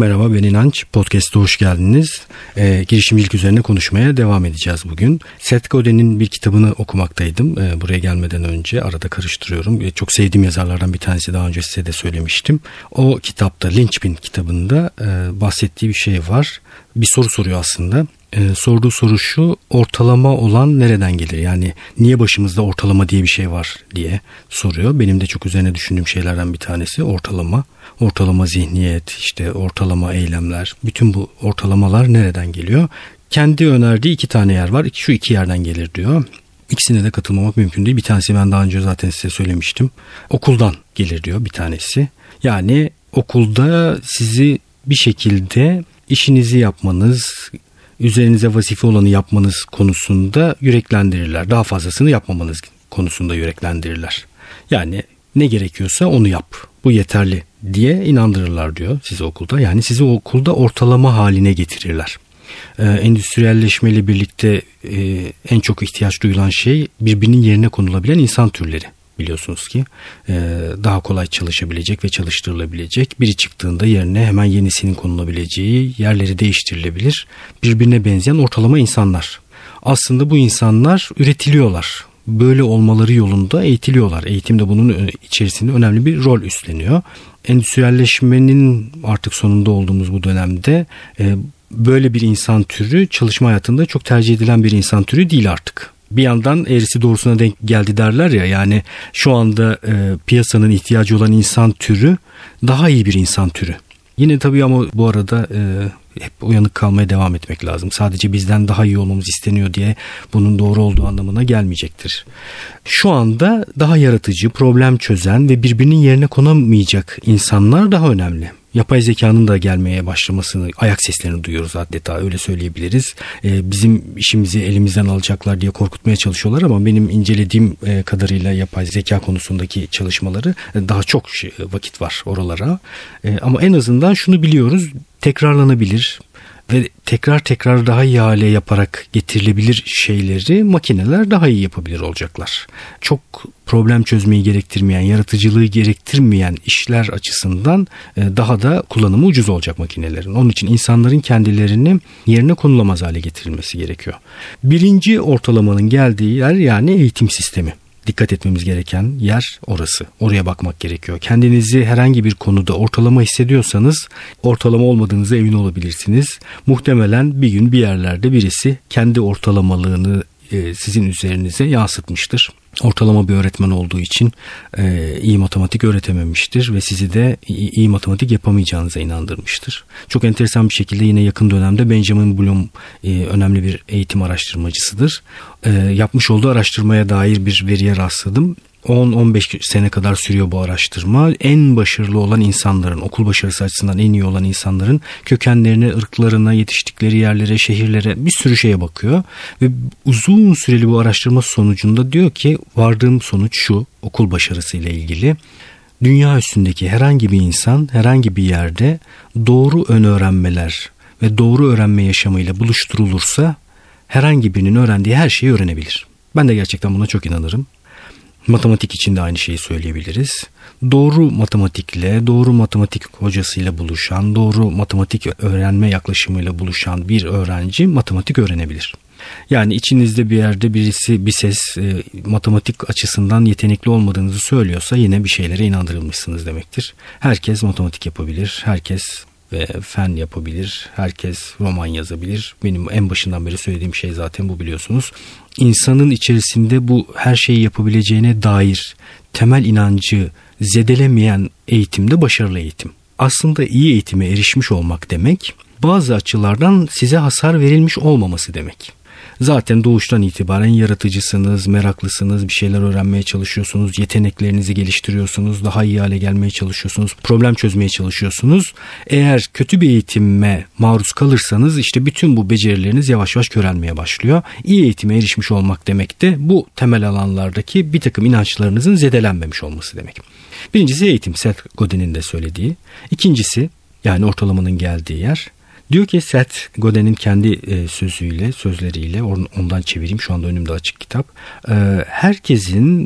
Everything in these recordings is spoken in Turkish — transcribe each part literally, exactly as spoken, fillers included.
Merhaba, ben İnanç. Podcast'a hoş geldiniz. E, girişimcilik üzerine konuşmaya devam edeceğiz bugün. Seth Godin'in bir kitabını okumaktaydım. E, buraya gelmeden önce arada karıştırıyorum. E, çok sevdiğim yazarlardan bir tanesi, daha önce size de söylemiştim. O kitapta, Linchpin kitabında e, bahsettiği bir şey var. Bir soru soruyor aslında. E, sorduğu soru şu: ortalama olan nereden gelir? Yani niye başımızda ortalama diye bir şey var diye soruyor. Benim de çok üzerine düşündüğüm şeylerden bir tanesi ortalama. Ortalama zihniyet, işte ortalama eylemler, bütün bu ortalamalar nereden geliyor? Kendi önerdiği iki tane yer var. Şu iki yerden gelir diyor. İkisine de katılmamak mümkün değil. Bir tanesi ben daha önce zaten size söylemiştim. Okuldan gelir diyor bir tanesi. Yani okulda sizi bir şekilde işinizi yapmanız, üzerinize vazife olanı yapmanız konusunda yüreklendirirler. Daha fazlasını yapmamanız konusunda yüreklendirirler. Yani ne gerekiyorsa onu yap, bu yeterli diye inandırırlar diyor sizi okulda. Yani sizi okulda ortalama haline getirirler. Ee, endüstriyelleşmeyle birlikte e, en çok ihtiyaç duyulan şey birbirinin yerine konulabilen insan türleri. Biliyorsunuz ki e, daha kolay çalışabilecek ve çalıştırılabilecek, biri çıktığında yerine hemen yenisinin konulabileceği, yerleri değiştirilebilir, birbirine benzeyen ortalama insanlar. Aslında bu insanlar üretiliyorlar. Böyle olmaları yolunda eğitiliyorlar. Eğitim de bunun içerisinde önemli bir rol üstleniyor. Endüstriyelleşmenin artık sonunda olduğumuz bu dönemde e, böyle bir insan türü çalışma hayatında çok tercih edilen bir insan türü değil artık. Bir yandan eğrisi doğrusuna denk geldi derler ya, yani şu anda e, piyasanın ihtiyacı olan insan türü daha iyi bir insan türü. Yine tabii ama bu arada e, hep uyanık kalmaya devam etmek lazım. Sadece bizden daha iyi olmamız isteniyor diye bunun doğru olduğu anlamına gelmeyecektir. Şu anda daha yaratıcı, problem çözen ve birbirinin yerine konamayacak insanlar daha önemli. Yapay zekanın da gelmeye başlamasını, ayak seslerini duyuyoruz adeta, öyle söyleyebiliriz. Ee, bizim işimizi elimizden alacaklar diye korkutmaya çalışıyorlar ama benim incelediğim e, kadarıyla yapay zeka konusundaki çalışmaları e, daha çok şey, vakit var oralara. E, ama en azından şunu biliyoruz: tekrarlanabilir ve tekrar tekrar daha iyi hale yaparak getirilebilir şeyleri makineler daha iyi yapabilir olacaklar. Çok problem çözmeyi gerektirmeyen, yaratıcılığı gerektirmeyen işler açısından daha da kullanımı ucuz olacak makinelerin. Onun için insanların kendilerini yerine konulamaz hale getirilmesi gerekiyor. Birinci ortalamanın geldiği yer, yani eğitim sistemi. Dikkat etmemiz gereken yer orası. Oraya bakmak gerekiyor. Kendinizi herhangi bir konuda ortalama hissediyorsanız ortalama olmadığınıza emin olabilirsiniz. Muhtemelen bir gün bir yerlerde birisi kendi ortalamalığını e, sizin üzerinize yansıtmıştır. Ortalama bir öğretmen olduğu için e, iyi matematik öğretememiştir ve sizi de iyi, iyi matematik yapamayacağınıza inandırmıştır. Çok enteresan bir şekilde yine yakın dönemde Benjamin Bloom e, önemli bir eğitim araştırmacısıdır. E, yapmış olduğu araştırmaya dair bir veriye rastladım. on on beş sene kadar sürüyor bu araştırma. En başarılı olan insanların, okul başarısı açısından en iyi olan insanların kökenlerine, ırklarına, yetiştikleri yerlere, şehirlere, bir sürü şeye bakıyor. Ve uzun süreli bu araştırma sonucunda diyor ki, vardığım sonuç şu, okul başarısı ile ilgili: dünya üstündeki herhangi bir insan herhangi bir yerde doğru ön öğrenmeler ve doğru öğrenme yaşamıyla buluşturulursa herhangi birinin öğrendiği her şeyi öğrenebilir. Ben de gerçekten buna çok inanırım. Matematik için de aynı şeyi söyleyebiliriz. Doğru matematikle, doğru matematik hocasıyla buluşan, doğru matematik öğrenme yaklaşımıyla buluşan bir öğrenci matematik öğrenebilir. Yani içinizde bir yerde birisi, bir ses e, matematik açısından yetenekli olmadığınızı söylüyorsa yine bir şeylere inandırılmışsınız demektir. Herkes matematik yapabilir, herkes ve fen yapabilir, herkes roman yazabilir. Benim en başından beri söylediğim şey zaten bu, biliyorsunuz. İnsanın içerisinde bu her şeyi yapabileceğine dair temel inancı zedelemeyen eğitim de başarılı eğitim. Aslında iyi eğitime erişmiş olmak demek, bazı açılardan size hasar verilmiş olmaması demek. Zaten doğuştan itibaren yaratıcısınız, meraklısınız, bir şeyler öğrenmeye çalışıyorsunuz, yeteneklerinizi geliştiriyorsunuz, daha iyi hale gelmeye çalışıyorsunuz, problem çözmeye çalışıyorsunuz. Eğer kötü bir eğitime maruz kalırsanız işte bütün bu becerileriniz yavaş yavaş körelmeye başlıyor. İyi eğitime erişmiş olmak demek de bu temel alanlardaki bir takım inançlarınızın zedelenmemiş olması demek. Birincisi eğitim, Seth Godin'in de söylediği. İkincisi, yani ortalamanın geldiği yer. Diyor ki Seth Godin'in kendi e, sözüyle, sözleriyle, ondan çevireyim, şu anda önümde açık kitap. E, herkesin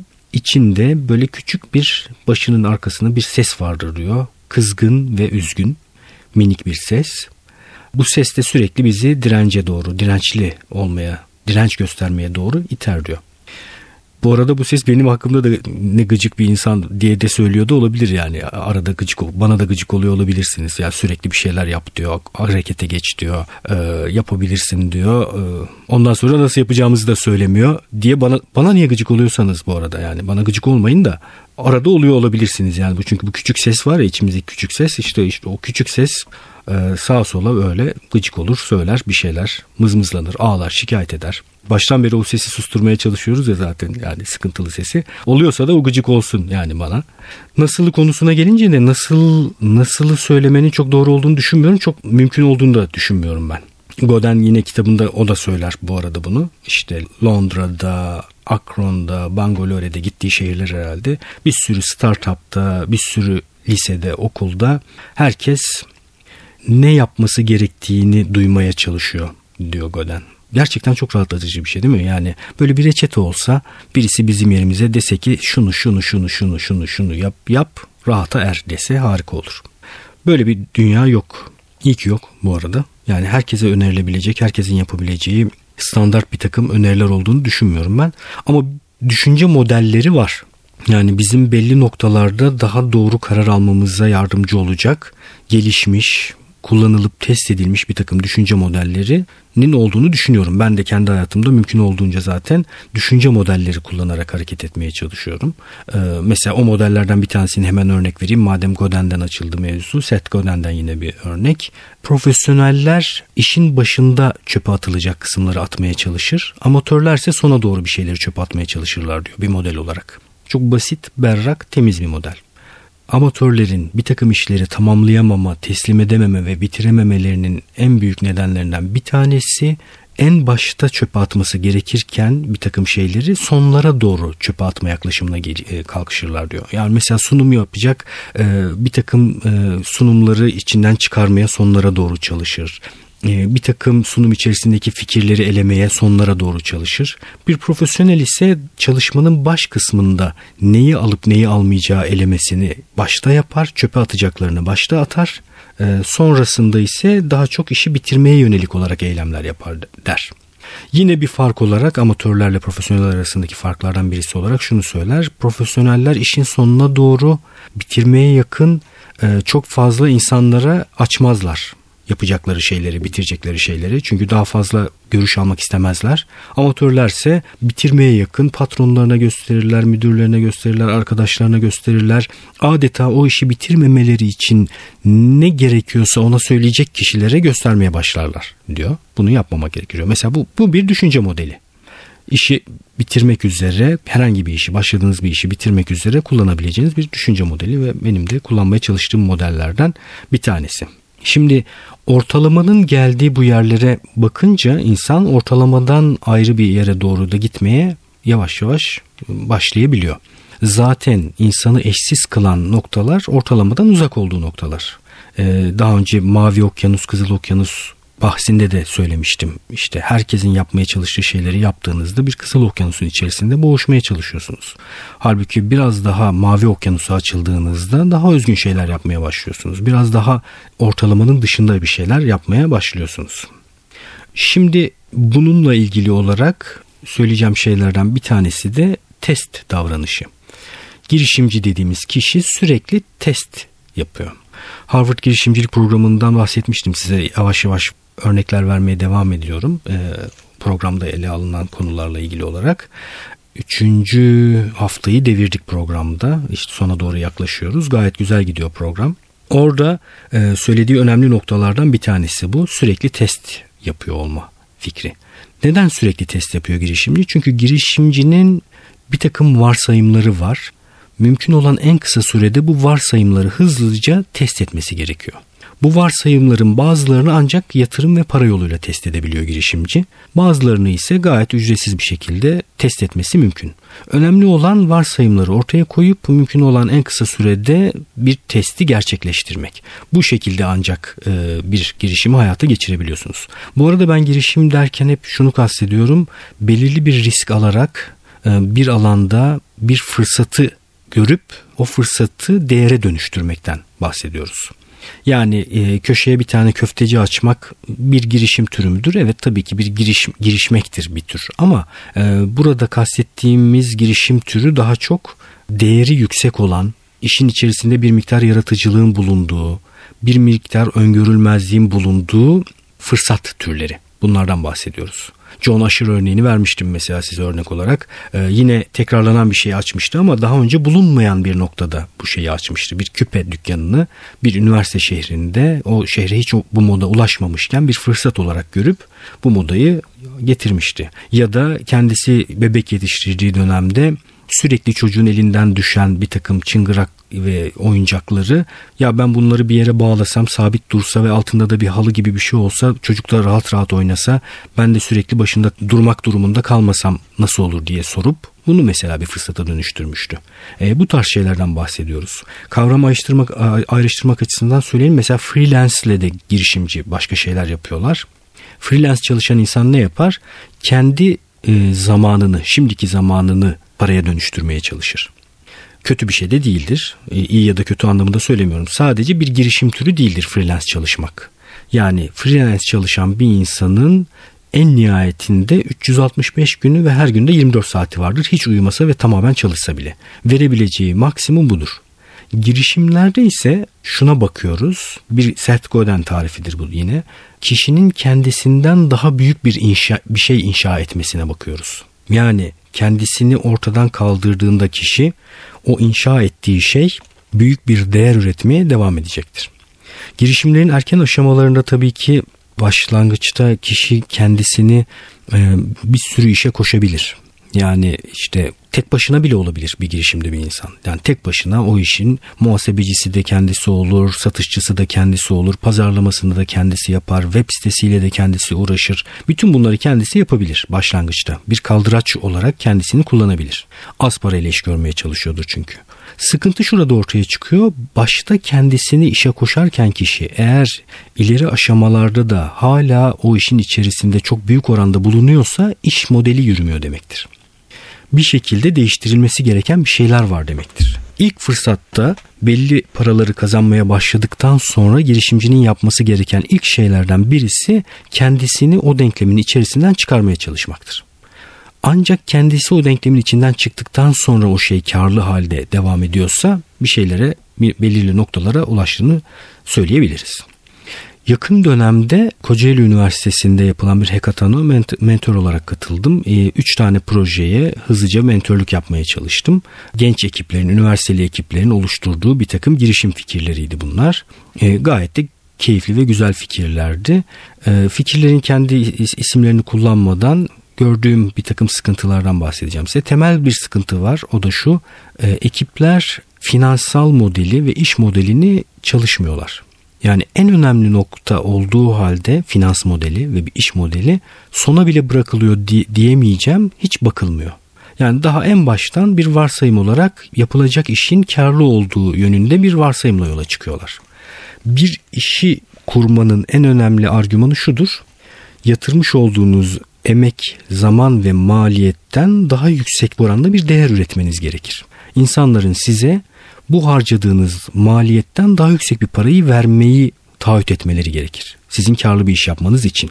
içinde böyle küçük bir, başının arkasında bir ses vardır diyor. Kızgın ve üzgün. minik bir ses. Bu ses de sürekli bizi dirence doğru, dirençli olmaya, direnç göstermeye doğru iter diyor. Bu arada bu ses benim hakkımda da ne gıcık bir insan diye de söylüyordu olabilir yani. Arada gıcık, bana da gıcık oluyor olabilirsiniz. Ya sürekli bir şeyler yap diyor, harekete geç diyor, e, yapabilirsin diyor. E, ondan sonra nasıl yapacağımızı da söylemiyor diye bana bana niye gıcık oluyorsanız bu arada yani bana gıcık olmayın da arada oluyor olabilirsiniz yani. Bu çünkü bu küçük ses var ya, içimizdeki küçük ses, işte işte o küçük ses sağa sola öyle gıcık olur, söyler bir şeyler, mızmızlanır, ağlar, şikayet eder. Baştan beri o sesi susturmaya çalışıyoruz ya zaten, yani sıkıntılı sesi. Oluyorsa da o gıcık olsun yani bana. Nasılı konusuna gelince de nasıl nasılı söylemenin çok doğru olduğunu düşünmüyorum. Çok mümkün olduğunu da düşünmüyorum ben. Godin yine kitabında o da söyler bu arada bunu. İşte Londra'da, Akron'da, Bangalore'de gittiği şehirler herhalde. Bir sürü startup'ta, bir sürü lisede, okulda herkes ne yapması gerektiğini duymaya çalışıyor diyor Godin. Gerçekten çok rahatlatıcı bir şey değil mi? Yani böyle bir reçete olsa, birisi bizim yerimize dese ki şunu şunu şunu şunu şunu şunu yap yap rahata er dese harika olur. Böyle bir dünya yok. İyi ki yok bu arada. Yani herkese önerilebilecek, herkesin yapabileceği standart bir takım öneriler olduğunu düşünmüyorum ben. Ama düşünce modelleri var. Yani bizim belli noktalarda daha doğru karar almamıza yardımcı olacak, gelişmiş, kullanılıp test edilmiş bir takım düşünce modellerinin olduğunu düşünüyorum. Ben de kendi hayatımda mümkün olduğunca zaten düşünce modelleri kullanarak hareket etmeye çalışıyorum. Ee, mesela o modellerden bir tanesini hemen örnek vereyim. Madem Godin'den açıldı mevzu, Seth Godin'den yine bir örnek. Profesyoneller işin başında çöpe atılacak kısımları atmaya çalışır. Amatörlerse sona doğru bir şeyleri çöpe atmaya çalışırlar diyor bir model olarak. Çok basit, berrak, temiz bir model. Amatörlerin bir takım işleri tamamlayamama, teslim edememe ve bitirememelerinin en büyük nedenlerinden bir tanesi, en başta çöpe atması gerekirken bir takım şeyleri sonlara doğru çöpe atma yaklaşımına kalkışırlar diyor. Yani mesela sunum yapacak, bir takım sunumları içinden çıkarmaya sonlara doğru çalışır. Bir takım sunum içerisindeki fikirleri elemeye sonlara doğru çalışır. Bir profesyonel ise çalışmanın baş kısmında neyi alıp neyi almayacağı elemesini başta yapar, çöpe atacaklarını başta atar. Sonrasında ise daha çok işi bitirmeye yönelik olarak eylemler yapar der. Yine bir fark olarak amatörlerle profesyoneller arasındaki farklardan birisi olarak şunu söyler. Profesyoneller işin sonuna doğru bitirmeye yakın çok fazla insanlara açmazlar yapacakları şeyleri, bitirecekleri şeyleri. Çünkü daha fazla görüş almak istemezler. Amatörlerse bitirmeye yakın patronlarına gösterirler, müdürlerine gösterirler, arkadaşlarına gösterirler. Adeta o işi bitirmemeleri için ne gerekiyorsa ona söyleyecek kişilere göstermeye başlarlar diyor. Bunu yapmamak gerekiyor. Mesela bu, bu bir düşünce modeli. İşi bitirmek üzere, herhangi bir işi, başladığınız bir işi bitirmek üzere kullanabileceğiniz bir düşünce modeli ve benim de kullanmaya çalıştığım modellerden bir tanesi. Şimdi ortalamanın geldiği bu yerlere bakınca insan ortalamadan ayrı bir yere doğru da gitmeye yavaş yavaş başlayabiliyor. Zaten insanı eşsiz kılan noktalar ortalamadan uzak olduğu noktalar. Ee, daha önce Mavi Okyanus, Kızıl Okyanus bahsinde de söylemiştim. İşte herkesin yapmaya çalıştığı şeyleri yaptığınızda bir Kızıl Okyanus'un içerisinde boğuşmaya çalışıyorsunuz. Halbuki biraz daha Mavi Okyanus'a açıldığınızda daha özgün şeyler yapmaya başlıyorsunuz. Biraz daha ortalamanın dışında bir şeyler yapmaya başlıyorsunuz. Şimdi bununla ilgili olarak söyleyeceğim şeylerden bir tanesi de test davranışı. Girişimci dediğimiz kişi sürekli test yapıyor. Harvard girişimcilik programından bahsetmiştim size, yavaş yavaş örnekler vermeye devam ediyorum. Ee, programda ele alınan konularla ilgili olarak. Üçüncü haftayı devirdik programda. İşte sona doğru yaklaşıyoruz. Gayet güzel gidiyor program. Orada e, söylediği önemli noktalardan bir tanesi bu. Sürekli test yapıyor olma fikri. Neden sürekli test yapıyor girişimci? Çünkü girişimcinin bir takım varsayımları var. Mümkün olan en kısa sürede bu varsayımları hızlıca test etmesi gerekiyor. Bu varsayımların bazılarını ancak yatırım ve para yoluyla test edebiliyor girişimci. Bazılarını ise gayet ücretsiz bir şekilde test etmesi mümkün. Önemli olan varsayımları ortaya koyup mümkün olan en kısa sürede bir testi gerçekleştirmek. Bu şekilde ancak e, bir girişimi hayata geçirebiliyorsunuz. Bu arada ben girişim derken hep şunu kastediyorum. Belirli bir risk alarak e, bir alanda bir fırsatı görüp o fırsatı değere dönüştürmekten bahsediyoruz. Yani e, köşeye bir tane köfteci açmak bir girişim türü müdür? Evet, tabii ki bir giriş, girişmektir bir tür. Ama e, burada kastettiğimiz girişim türü daha çok değeri yüksek olan, işin içerisinde bir miktar yaratıcılığın bulunduğu, bir miktar öngörülmezliğin bulunduğu fırsat türleri. Bunlardan bahsediyoruz. John Usher örneğini vermiştim mesela size örnek olarak. Ee, yine tekrarlanan bir şey açmıştı ama daha önce bulunmayan bir noktada bu şeyi açmıştı. Bir küpe dükkanını bir üniversite şehrinde, o şehre hiç bu moda ulaşmamışken bir fırsat olarak görüp bu modayı getirmişti. Ya da kendisi bebek yetiştirdiği dönemde sürekli çocuğun elinden düşen bir takım çıngırak ve oyuncakları, ya ben bunları bir yere bağlasam, sabit dursa ve altında da bir halı gibi bir şey olsa, çocuklar rahat rahat oynasa, ben de sürekli başında durmak durumunda kalmasam nasıl olur diye sorup bunu mesela bir fırsata dönüştürmüştü. E, bu tarz şeylerden bahsediyoruz. Kavram ayrıştırmak, ayrıştırmak açısından söyleyelim. Mesela freelance ile de girişimci başka şeyler yapıyorlar. Freelance çalışan insan ne yapar? Kendi e, zamanını, şimdiki zamanını paraya dönüştürmeye çalışır. Kötü bir şey de değildir. İyi ya da kötü anlamında söylemiyorum. Sadece bir girişim türü değildir freelance çalışmak. Yani freelance çalışan bir insanın en nihayetinde üç yüz altmış beş günü ve her günde yirmi dört saati vardır. Hiç uyumasa ve tamamen çalışsa bile. Verebileceği maksimum budur. Girişimlerde ise şuna bakıyoruz. Bir Seth Godin tarifidir bu yine. Kişinin kendisinden daha büyük bir inşa, bir şey inşa etmesine bakıyoruz. Yani kendisini ortadan kaldırdığında kişi, o inşa ettiği şey büyük bir değer üretmeye devam edecektir. Girişimlerin erken aşamalarında tabii ki başlangıçta kişi kendisini e, bir sürü işe koşabilir. Yani işte tek başına bile olabilir bir girişimde bir insan. Yani tek başına o işin muhasebecisi de kendisi olur, satışçısı da kendisi olur, pazarlamasını da kendisi yapar, web sitesiyle de kendisi uğraşır. Bütün bunları kendisi yapabilir başlangıçta. Bir kaldıraç olarak kendisini kullanabilir. Az parayla iş görmeye çalışıyordur çünkü. Sıkıntı şurada ortaya çıkıyor. Başta kendisini işe koşarken kişi eğer ileri aşamalarda da hala o işin içerisinde çok büyük oranda bulunuyorsa iş modeli yürümüyor demektir. Bir şekilde değiştirilmesi gereken bir şeyler var demektir. İlk fırsatta belli paraları kazanmaya başladıktan sonra girişimcinin yapması gereken ilk şeylerden birisi kendisini o denklemin içerisinden çıkarmaya çalışmaktır. Ancak kendisi o denklemin içinden çıktıktan sonra o şey karlı halde devam ediyorsa bir şeylere, belirli noktalara ulaştığını söyleyebiliriz. Yakın dönemde Kocaeli Üniversitesi'nde yapılan bir hackathon'a mentor olarak katıldım. E, üç tane projeye hızlıca mentörlük yapmaya çalıştım. Genç ekiplerin, üniversiteli ekiplerin oluşturduğu bir takım girişim fikirleriydi bunlar. E, gayet de keyifli ve güzel fikirlerdi. E, fikirlerin kendi isimlerini kullanmadan gördüğüm bir takım sıkıntılardan bahsedeceğim size. Temel bir sıkıntı var, o da şu: e, ekipler finansal modeli ve iş modelini çalışmıyorlar. Yani en önemli nokta olduğu halde finans modeli ve bir iş modeli sona bile bırakılıyor diye, diyemeyeceğim, hiç bakılmıyor. Yani daha en baştan bir varsayım olarak yapılacak işin karlı olduğu yönünde bir varsayımla yola çıkıyorlar. Bir işi kurmanın en önemli argümanı şudur: yatırmış olduğunuz emek, zaman ve maliyetten daha yüksek oranda bir değer üretmeniz gerekir. İnsanların size bu harcadığınız maliyetten daha yüksek bir parayı vermeyi taahhüt etmeleri gerekir. Sizin karlı bir iş yapmanız için.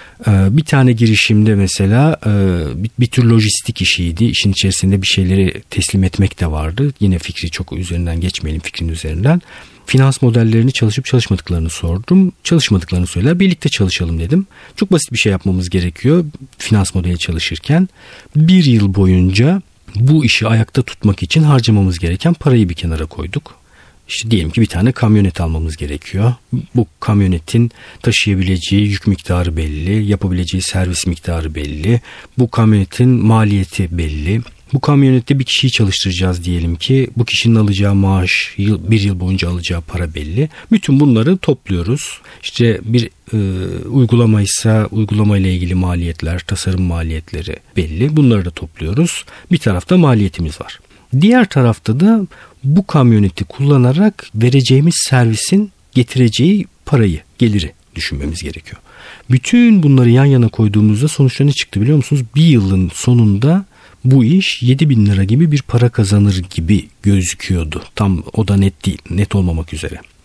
Bir tane girişimde mesela bir tür lojistik işiydi. İşin içerisinde bir şeyleri teslim etmek de vardı. Yine fikri çok üzerinden geçmeyelim, fikrin üzerinden. Finans modellerini çalışıp çalışmadıklarını sordum. Çalışmadıklarını söyler. Birlikte çalışalım dedim. Çok basit bir şey yapmamız gerekiyor finans modeli çalışırken. Bir yıl boyunca bu işi ayakta tutmak için harcamamız gereken parayı bir kenara koyduk. İşte diyelim ki bir tane kamyonet almamız gerekiyor. Bu kamyonetin taşıyabileceği yük miktarı belli, yapabileceği servis miktarı belli. Bu kamyonetin maliyeti belli. Bu kamyonette bir kişiyi çalıştıracağız diyelim ki. Bu kişinin alacağı maaş, yıl, bir yıl boyunca alacağı para belli. Bütün bunları topluyoruz. İşte bir e, uygulamaysa uygulama ile ilgili maliyetler, tasarım maliyetleri belli. Bunları da topluyoruz. Bir tarafta maliyetimiz var. Diğer tarafta da bu kamyoneti kullanarak vereceğimiz servisin getireceği parayı, geliri düşünmemiz gerekiyor. Bütün bunları yan yana koyduğumuzda sonuçta ne çıktı biliyor musunuz? Bir yılın sonunda bu iş yedi bin lira gibi bir para kazanır gibi gözüküyordu. Tam o da net değil, net olmamak üzere.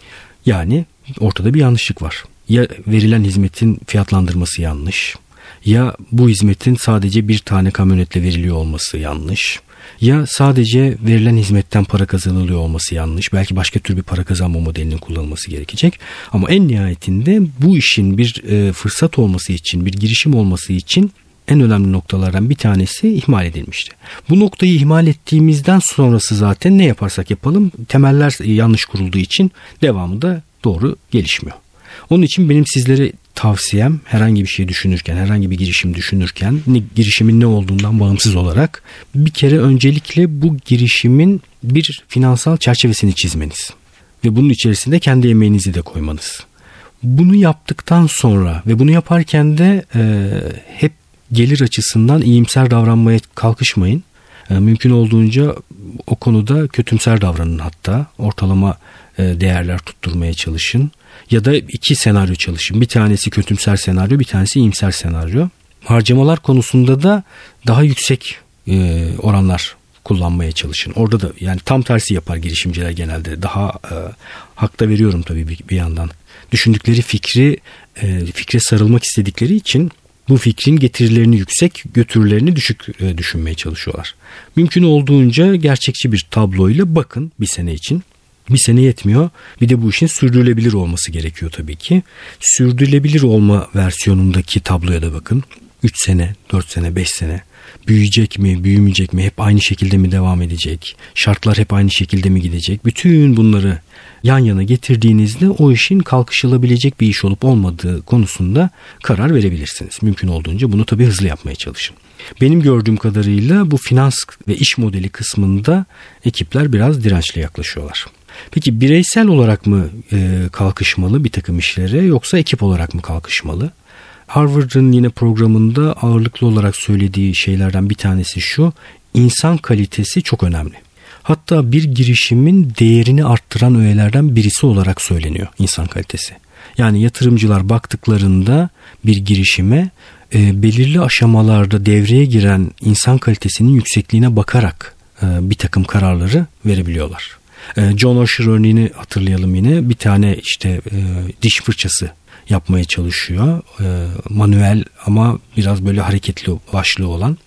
Yani ortada bir yanlışlık var. Ya verilen hizmetin fiyatlandırması yanlış, ya bu hizmetin sadece bir tane kamyonetle veriliyor olması yanlış, ya sadece verilen hizmetten para kazanılıyor olması yanlış. Belki başka tür bir para kazanma modelinin kullanılması gerekecek. Ama en nihayetinde bu işin bir e, fırsat olması için, bir girişim olması için en önemli noktalardan bir tanesi ihmal edilmişti. Bu noktayı ihmal ettiğimizden sonrası zaten ne yaparsak yapalım temeller yanlış kurulduğu için devamı da doğru gelişmiyor. Onun için benim sizlere tavsiyem herhangi bir şey düşünürken, herhangi bir girişim düşünürken, girişimin ne olduğundan bağımsız olarak bir kere öncelikle bu girişimin bir finansal çerçevesini çizmeniz ve bunun içerisinde kendi emeğinizi de koymanız. Bunu yaptıktan sonra ve bunu yaparken de e, hep gelir açısından iyimser davranmaya kalkışmayın. E, mümkün olduğunca o konuda kötümser davranın, hatta ortalama e, değerler tutturmaya çalışın. Ya da iki senaryo çalışın. Bir tanesi kötümser senaryo, bir tanesi iyimser senaryo. Harcamalar konusunda da daha yüksek e, oranlar kullanmaya çalışın. Orada da yani tam tersi yapar girişimciler genelde. Daha e, hakta veriyorum tabii bir, bir yandan. Düşündükleri fikri, e, fikre sarılmak istedikleri için bu fikrin getirilerini yüksek, götürülerini düşük e, düşünmeye çalışıyorlar. Mümkün olduğunca gerçekçi bir tabloyla bakın bir sene için. Bir sene yetmiyor. Bir de bu işin sürdürülebilir olması gerekiyor tabii ki. Sürdürülebilir olma versiyonundaki tabloya da bakın. üç sene, dört sene, beş sene. Büyüyecek mi, büyümeyecek mi? Hep aynı şekilde mi devam edecek? Şartlar hep aynı şekilde mi gidecek? Bütün bunları yan yana getirdiğinizde o işin kalkışılabilecek bir iş olup olmadığı konusunda karar verebilirsiniz. Mümkün olduğunca bunu tabii hızlı yapmaya çalışın. Benim gördüğüm kadarıyla bu finans ve iş modeli kısmında ekipler biraz dirençli yaklaşıyorlar. Peki bireysel olarak mı e, kalkışmalı bir takım işlere, yoksa ekip olarak mı kalkışmalı? Harvard'ın yine programında ağırlıklı olarak söylediği şeylerden bir tanesi şu: insan kalitesi çok önemli. Hatta bir girişimin değerini arttıran öğelerden birisi olarak söyleniyor insan kalitesi. Yani yatırımcılar baktıklarında bir girişime e, belirli aşamalarda devreye giren insan kalitesinin yüksekliğine bakarak e, bir takım kararları verebiliyorlar. E, John Osher örneğini hatırlayalım yine. Bir tane işte e, diş fırçası yapmaya çalışıyor. E, manuel ama biraz böyle hareketli başlığı olan.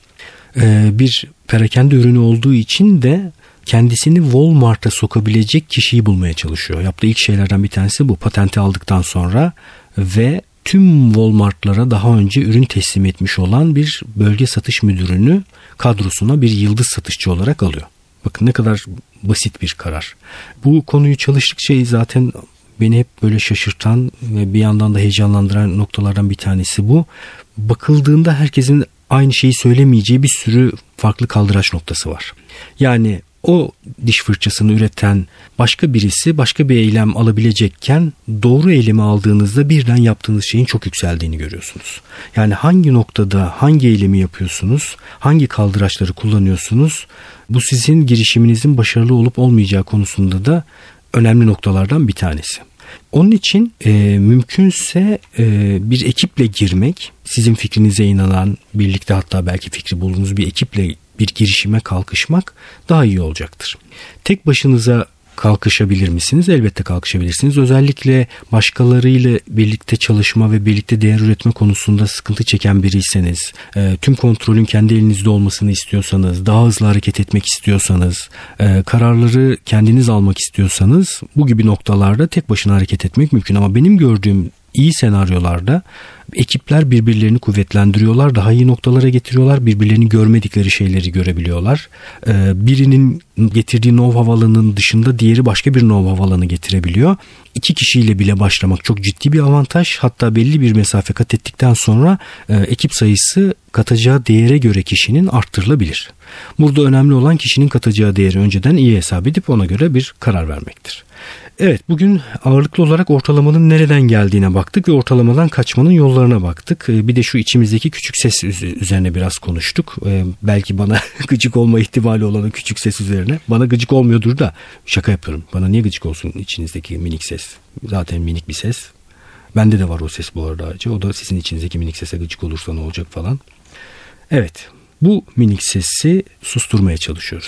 E, bir perakende ürünü olduğu için de kendisini Walmart'a sokabilecek kişiyi bulmaya çalışıyor. Yaptığı ilk şeylerden bir tanesi bu. Patenti aldıktan sonra ve tüm Walmart'lara daha önce ürün teslim etmiş olan bir bölge satış müdürünü kadrosuna bir yıldız satışçı olarak alıyor. Bakın ne kadar basit bir karar. Bu konuyu çalıştıkça zaten beni hep böyle şaşırtan ve bir yandan da heyecanlandıran noktalardan bir tanesi bu. Bakıldığında herkesin aynı şeyi söylemeyeceği bir sürü farklı kaldıraç noktası var. Yani o diş fırçasını üreten başka birisi başka bir eylem alabilecekken doğru eylemi aldığınızda birden yaptığınız şeyin çok yükseldiğini görüyorsunuz. Yani hangi noktada hangi eylemi yapıyorsunuz, hangi kaldıraçları kullanıyorsunuz, bu sizin girişiminizin başarılı olup olmayacağı konusunda da önemli noktalardan bir tanesi. Onun için e, mümkünse e, bir ekiple girmek, sizin fikrinize inanan, birlikte hatta belki fikri bulduğunuz bir ekiple bir girişime kalkışmak daha iyi olacaktır. Tek başınıza kalkışabilir misiniz? Elbette kalkışabilirsiniz. Özellikle başkalarıyla birlikte çalışma ve birlikte değer üretme konusunda sıkıntı çeken biriyseniz, e, tüm kontrolün kendi elinizde olmasını istiyorsanız, daha hızlı hareket etmek istiyorsanız, e, kararları kendiniz almak istiyorsanız bu gibi noktalarda tek başına hareket etmek mümkün. Ama benim gördüğüm iyi senaryolarda ekipler birbirlerini kuvvetlendiriyorlar, daha iyi noktalara getiriyorlar, birbirlerini görmedikleri şeyleri görebiliyorlar. Ee, birinin getirdiği know-how alanının dışında diğeri başka bir know-how alanı getirebiliyor. İki kişiyle bile başlamak çok ciddi bir avantaj. Hatta belli bir mesafe kat ettikten sonra e, ekip sayısı katacağı değere göre kişinin arttırılabilir. Burada önemli olan kişinin katacağı değeri önceden iyi hesap edip ona göre bir karar vermektir. Evet, bugün ağırlıklı olarak ortalamanın nereden geldiğine baktık ve ortalamadan kaçmanın yollarına baktık. Bir de şu içimizdeki küçük ses üzerine biraz konuştuk. Belki bana gıcık olma ihtimali olan o küçük ses üzerine. Bana gıcık olmuyordur da şaka yapıyorum. Bana niye gıcık olsun içinizdeki minik ses? Zaten minik bir ses. Bende de var o ses bu arada ayrıca. O da sizin içinizdeki minik sese gıcık olursa ne olacak falan. Evet, bu minik sesi susturmaya çalışıyoruz.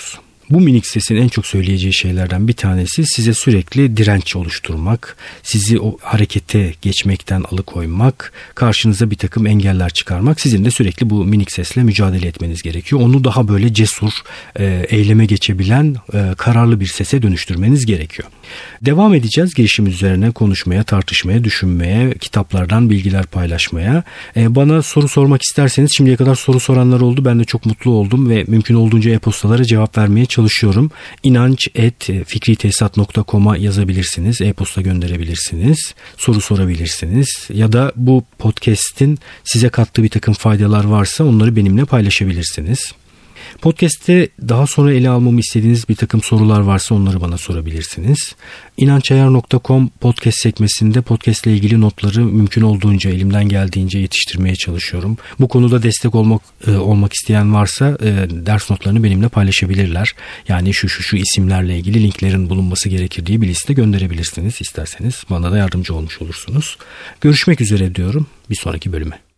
Bu minik sesin en çok söyleyeceği şeylerden bir tanesi size sürekli direnç oluşturmak, sizi o harekete geçmekten alıkoymak, karşınıza bir takım engeller çıkarmak. Sizin de sürekli bu minik sesle mücadele etmeniz gerekiyor. Onu daha böyle cesur, e, eyleme geçebilen, e, kararlı bir sese dönüştürmeniz gerekiyor. Devam edeceğiz girişim üzerine konuşmaya, tartışmaya, düşünmeye, kitaplardan bilgiler paylaşmaya. E, bana soru sormak isterseniz, şimdiye kadar soru soranlar oldu. Ben de çok mutlu oldum ve mümkün olduğunca e-postalara cevap vermeye çalışıyorum. inanç et fikritesisat nokta com'a yazabilirsiniz. E-posta gönderebilirsiniz. Soru sorabilirsiniz. Ya da bu podcast'in size kattığı bir takım faydalar varsa onları benimle paylaşabilirsiniz. Podcast'te daha sonra ele almamı istediğiniz bir takım sorular varsa onları bana sorabilirsiniz. inançayar nokta com podcast sekmesinde podcast ile ilgili notları mümkün olduğunca, elimden geldiğince yetiştirmeye çalışıyorum. Bu konuda destek olmak e, olmak isteyen varsa e, ders notlarını benimle paylaşabilirler. Yani şu şu şu isimlerle ilgili linklerin bulunması gerekir diye bir liste gönderebilirsiniz isterseniz. Bana da yardımcı olmuş olursunuz. Görüşmek üzere diyorum bir sonraki bölüme.